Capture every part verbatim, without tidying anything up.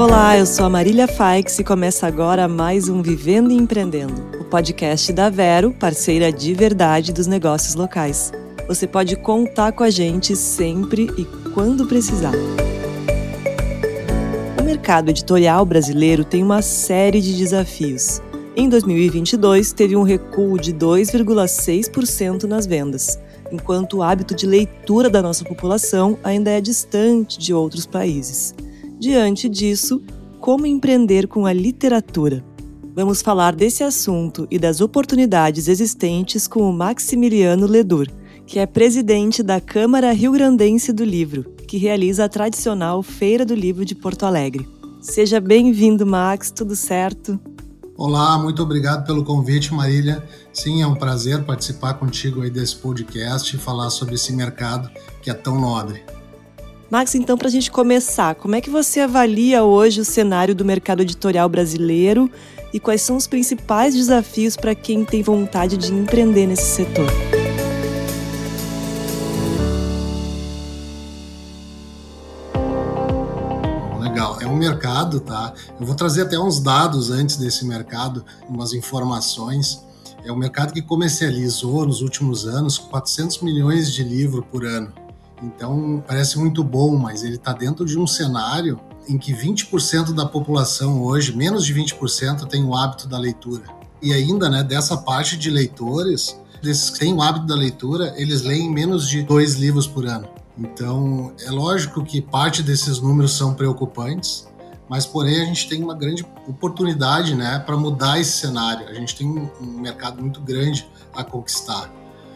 Olá, eu sou a Marília Faix e começa agora mais um Vivendo e Empreendendo, o podcast da Vero, parceira de verdade dos negócios locais. Você pode contar com a gente sempre e quando precisar. O mercado editorial brasileiro tem uma série de desafios. Em dois mil e vinte e dois, teve um recuo de dois vírgula seis por cento nas vendas, enquanto o hábito de leitura da nossa população ainda é distante de outros países. Diante disso, como empreender com a literatura? Vamos falar desse assunto e das oportunidades existentes com o Maximiliano Ledur, que é presidente da Câmara Rio-Grandense do Livro, que realiza a tradicional Feira do Livro de Porto Alegre. Seja bem-vindo, Max, tudo certo? Olá, muito obrigado pelo convite, Marília. Sim, é um prazer participar contigo aí desse podcast e falar sobre esse mercado que é tão nobre. Max, então, para a gente começar, como é que você avalia hoje o cenário do mercado editorial brasileiro e quais são os principais desafios para quem tem vontade de empreender nesse setor? Legal, é um mercado, tá? Eu vou trazer até uns dados antes desse mercado, umas informações. É um mercado que comercializou nos últimos anos quatrocentos milhões de livros por ano. Então, parece muito bom, mas ele está dentro de um cenário em que vinte por cento da população hoje, menos de vinte por cento, tem o hábito da leitura. E ainda, né, dessa parte de leitores, desses que têm o hábito da leitura, eles leem menos de dois livros por ano. Então, é lógico que parte desses números são preocupantes, mas, porém, a gente tem uma grande oportunidade, né, para mudar esse cenário. A gente tem um, um mercado muito grande a conquistar.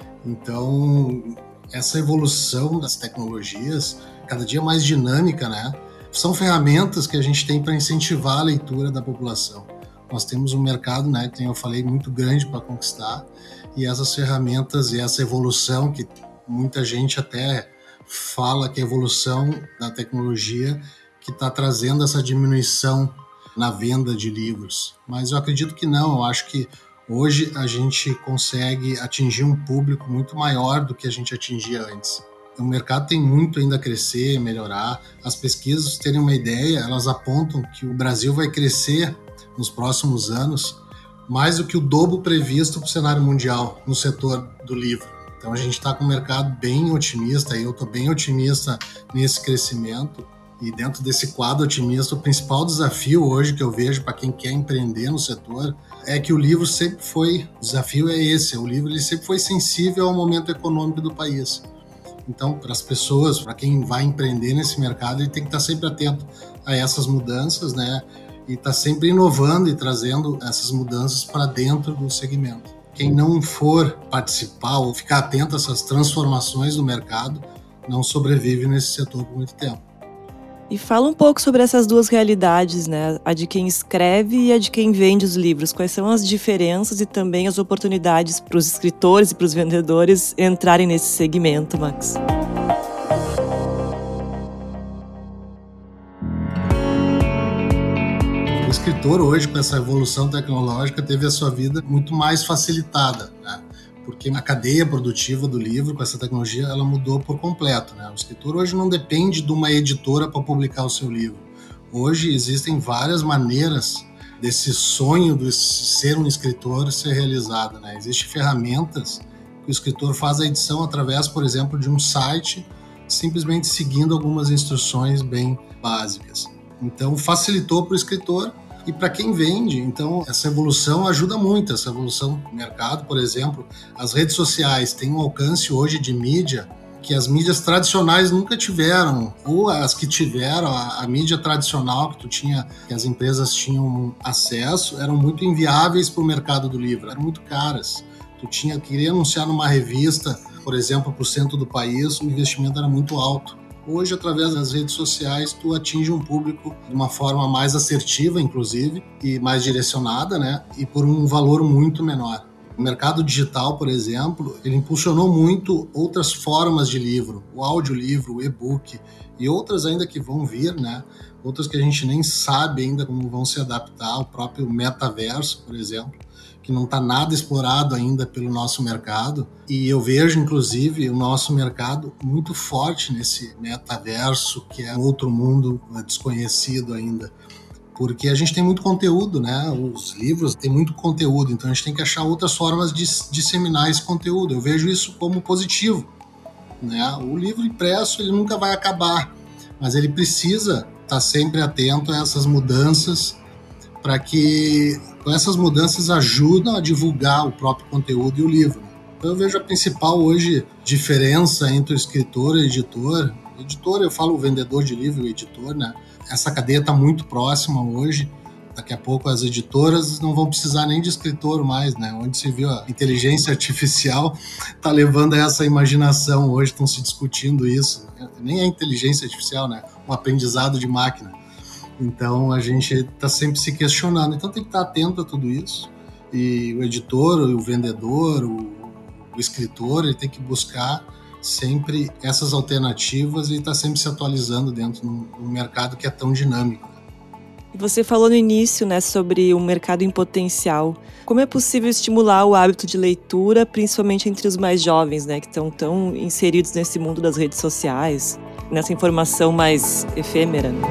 Então, essa evolução das tecnologias, cada dia mais dinâmica, né, são ferramentas que a gente tem para incentivar a leitura da população. Nós temos um mercado, né, que eu falei, muito grande para conquistar, e essas ferramentas e essa evolução, que muita gente até fala que é a evolução da tecnologia que está trazendo essa diminuição na venda de livros. Mas eu acredito que não, eu acho que hoje a gente consegue atingir um público muito maior do que a gente atingia antes. O mercado tem muito ainda a crescer, melhorar. As pesquisas, terem uma ideia, elas apontam que o Brasil vai crescer nos próximos anos mais do que o dobro previsto para o cenário mundial no setor do livro. Então a gente está com um mercado bem otimista, e eu estou bem otimista nesse crescimento. E dentro desse quadro otimista, o principal desafio hoje que eu vejo para quem quer empreender no setor é que o livro sempre foi, o desafio é esse, o livro ele sempre foi sensível ao momento econômico do país. Então, para as pessoas, para quem vai empreender nesse mercado, ele tem que estar sempre atento a essas mudanças, né? E estar sempre inovando e trazendo essas mudanças para dentro do segmento. Quem não for participar ou ficar atento a essas transformações do mercado, não sobrevive nesse setor por muito tempo. E fala um pouco sobre essas duas realidades, né? A de quem escreve e a de quem vende os livros. Quais são as diferenças e também as oportunidades para os escritores e para os vendedores entrarem nesse segmento, Max? O escritor hoje, com essa evolução tecnológica, teve a sua vida muito mais facilitada, né? Porque a cadeia produtiva do livro, com essa tecnologia, ela mudou por completo, né? O escritor hoje não depende de uma editora para publicar o seu livro. Hoje existem várias maneiras desse sonho de ser um escritor ser realizado, né? Existem ferramentas que o escritor faz a edição através, por exemplo, de um site, simplesmente seguindo algumas instruções bem básicas. Então, facilitou para o escritor. E para quem vende, então, essa evolução ajuda muito, essa evolução do mercado, por exemplo, as redes sociais têm um alcance hoje de mídia que as mídias tradicionais nunca tiveram, ou as que tiveram, a, a mídia tradicional que tu tinha, que as empresas tinham acesso, eram muito inviáveis para o mercado do livro, eram muito caras. Tu tinha, queria anunciar numa revista, por exemplo, para o centro do país, o investimento era muito alto. Hoje, através das redes sociais, tu atinge um público de uma forma mais assertiva, inclusive, e mais direcionada, né? E por um valor muito menor. O mercado digital, por exemplo, ele impulsionou muito outras formas de livro, o audiolivro, o e-book e outras ainda que vão vir, né? Outras que a gente nem sabe ainda como vão se adaptar, o próprio metaverso, por exemplo, que não está nada explorado ainda pelo nosso mercado, e eu vejo, inclusive, o nosso mercado muito forte nesse metaverso, que é outro mundo desconhecido ainda, porque a gente tem muito conteúdo, né? Os livros têm muito conteúdo, então a gente tem que achar outras formas de disseminar esse conteúdo. Eu vejo isso como positivo, né? O livro impresso, ele nunca vai acabar, mas ele precisa estar sempre atento a essas mudanças, para que essas mudanças ajudem a divulgar o próprio conteúdo e o livro. Então eu vejo a principal hoje diferença entre o escritor e o editor. Editor, eu falo o vendedor de livro e o editor, né? Essa cadeia está muito próxima hoje. Daqui a pouco as editoras não vão precisar nem de escritor mais, né? Onde se viu a inteligência artificial está levando a essa imaginação. Hoje estão se discutindo isso. Nem a inteligência artificial, né? O aprendizado de máquina. Então a gente está sempre se questionando. Então tem que estar atento a tudo isso. E o editor, o vendedor, o, o escritor, ele tem que buscar sempre essas alternativas e estar sempre se atualizando dentro de um mercado que é tão dinâmico. Você falou no início, né, sobre o mercado em potencial. Como é possível estimular o hábito de leitura, principalmente entre os mais jovens, né, que estão tão inseridos nesse mundo das redes sociais, nessa informação mais efêmera, né?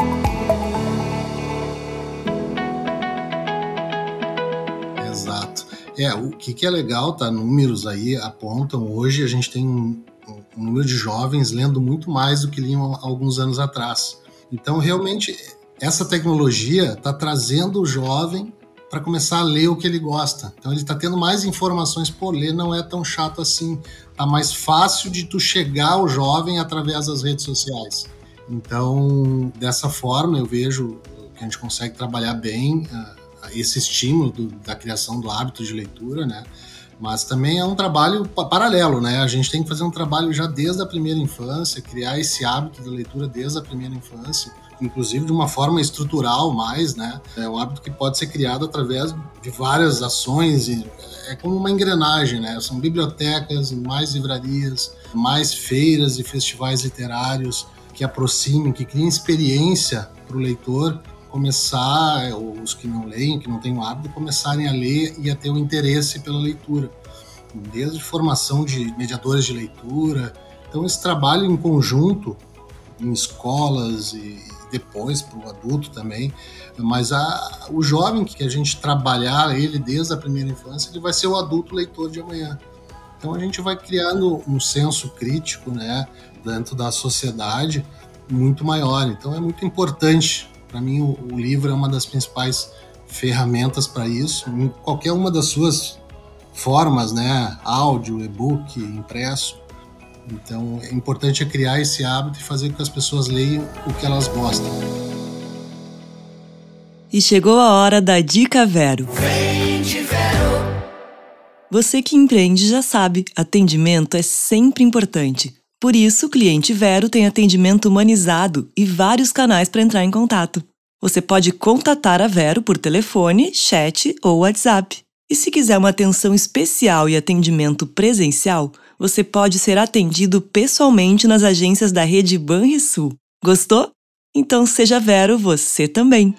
Exato. É, o que, que é legal, tá? Números aí apontam, hoje a gente tem um, um número de jovens lendo muito mais do que liam há alguns anos atrás. Então, realmente, essa tecnologia está trazendo o jovem para começar a ler o que ele gosta. Então, ele está tendo mais informações por ler, não é tão chato assim. Está mais fácil de tu chegar ao jovem através das redes sociais. Então, dessa forma, eu vejo que a gente consegue trabalhar bem uh, esse estímulo do, da criação do hábito de leitura, né? Mas também é um trabalho paralelo, né? A gente tem que fazer um trabalho já desde a primeira infância, criar esse hábito da leitura desde a primeira infância, inclusive de uma forma estrutural mais, né? É um hábito que pode ser criado através de várias ações, e é como uma engrenagem, né? São bibliotecas, mais livrarias, mais feiras e festivais literários que aproximem, que criem experiência para o leitor começar, ou os que não leem, que não têm o hábito, começarem a ler e a ter o interesse pela leitura. Desde formação de mediadores de leitura. Então, esse trabalho em conjunto, em escolas e depois para o adulto também, mas a, o jovem que a gente trabalhar ele desde a primeira infância, ele vai ser o adulto leitor de amanhã. Então, a gente vai criando um senso crítico, né, dentro da sociedade muito maior. Então, é muito importante. Para mim, o, o livro é uma das principais ferramentas para isso, em qualquer uma das suas formas, né? Áudio, e-book, impresso. Então, é importante criar esse hábito e fazer com que as pessoas leiam o que elas gostam. E chegou a hora da Dica Vero. Vende, Vero! Você que empreende já sabe, atendimento é sempre importante. Por isso, o Cliente Vero tem atendimento humanizado e vários canais para entrar em contato. Você pode contatar a Vero por telefone, chat ou WhatsApp. E se quiser uma atenção especial e atendimento presencial, você pode ser atendido pessoalmente nas agências da rede Banrisul. Gostou? Então seja Vero você também!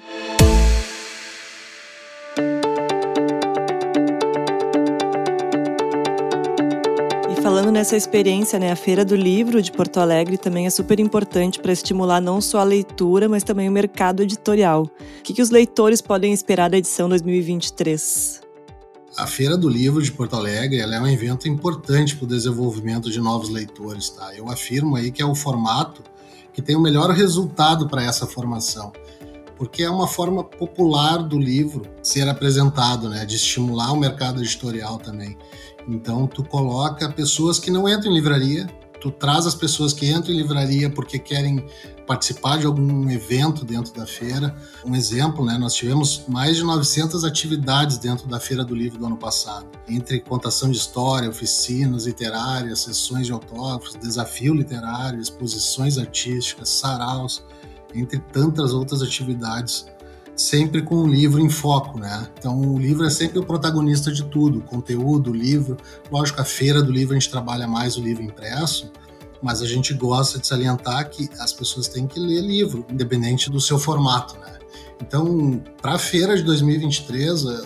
Falando nessa experiência, né, a Feira do Livro de Porto Alegre também é super importante para estimular não só a leitura, mas também o mercado editorial. O que, que os leitores podem esperar da edição dois mil e vinte e três? A Feira do Livro de Porto Alegre, ela é um evento importante para o desenvolvimento de novos leitores, tá? Eu afirmo aí que é o formato que tem o melhor resultado para essa formação, porque é uma forma popular do livro ser apresentado, né, de estimular o mercado editorial também. Então, tu coloca pessoas que não entram em livraria, tu traz as pessoas que entram em livraria porque querem participar de algum evento dentro da feira. Um exemplo, né, nós tivemos mais de novecentas atividades dentro da Feira do Livro do ano passado, entre contação de história, oficinas literárias, sessões de autógrafos, desafio literário, exposições artísticas, saraus, entre tantas outras atividades, sempre com o livro em foco, né? Então, o livro é sempre o protagonista de tudo, o conteúdo, o livro. Lógico, a Feira do Livro a gente trabalha mais o livro impresso, mas a gente gosta de salientar que as pessoas têm que ler livro, independente do seu formato, né? Então, para a Feira de dois mil e vinte e três, eu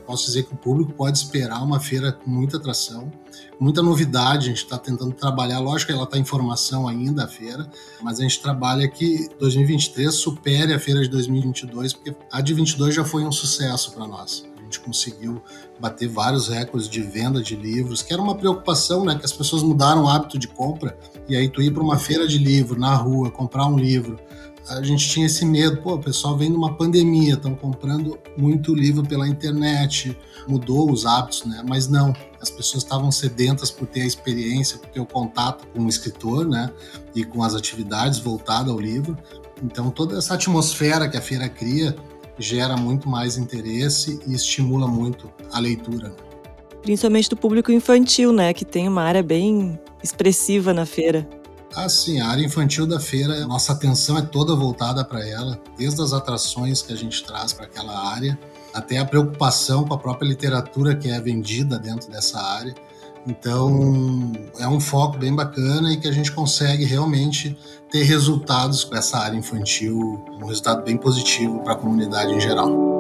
posso dizer que o público pode esperar uma feira com muita atração, muita novidade. A gente está tentando trabalhar, lógico que ela está em formação ainda, a feira, mas a gente trabalha que dois mil e vinte e três supere a feira de dois mil e vinte e dois, porque a de vinte e dois já foi um sucesso para nós. A gente conseguiu bater vários recordes de venda de livros, que era uma preocupação, né, que as pessoas mudaram o hábito de compra, e aí tu ir para uma feira de livro, na rua, comprar um livro, a gente tinha esse medo, pô, o pessoal vem numa pandemia, estão comprando muito livro pela internet, mudou os hábitos, né? Mas não, as pessoas estavam sedentas por ter a experiência, por ter o contato com o escritor, né? E com as atividades voltadas ao livro. Então toda essa atmosfera que a feira cria gera muito mais interesse e estimula muito a leitura. Principalmente do público infantil, né? Que tem uma área bem expressiva na feira. Ah, sim, a área infantil da feira, nossa atenção é toda voltada para ela, desde as atrações que a gente traz para aquela área, até a preocupação com a própria literatura que é vendida dentro dessa área. Então, é um foco bem bacana e que a gente consegue realmente ter resultados com essa área infantil, um resultado bem positivo para a comunidade em geral.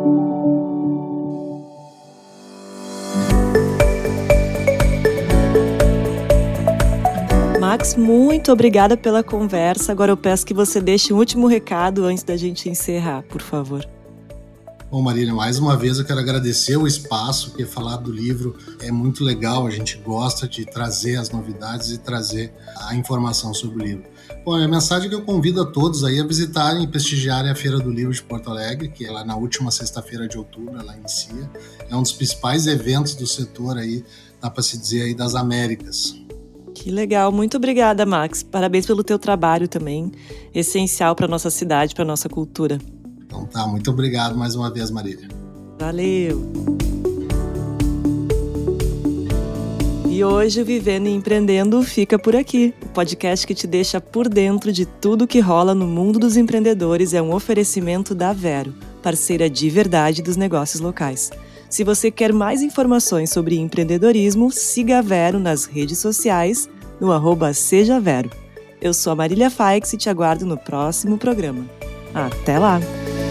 Max, muito obrigada pela conversa. Agora eu peço que você deixe um último recado antes da gente encerrar, por favor. Bom, Marília, mais uma vez eu quero agradecer o espaço, porque falar do livro é muito legal, a gente gosta de trazer as novidades e trazer a informação sobre o livro. Bom, a mensagem que eu convido a todos aí a visitarem e prestigiarem a Feira do Livro de Porto Alegre, que é lá na última sexta-feira de outubro, ela inicia. É um dos principais eventos do setor aí, dá para se dizer aí, das Américas. Que legal, muito obrigada, Max. Parabéns pelo teu trabalho também, essencial para nossa cidade, para nossa cultura. Então tá, muito obrigado mais uma vez, Marília. Valeu! E hoje o Vivendo e Empreendendo fica por aqui. O podcast que te deixa por dentro de tudo que rola no mundo dos empreendedores é um oferecimento da Vero, parceira de verdade dos negócios locais. Se você quer mais informações sobre empreendedorismo, siga a Vero nas redes sociais, no arroba Seja Vero. Eu sou a Marília Faix e te aguardo no próximo programa. Até lá!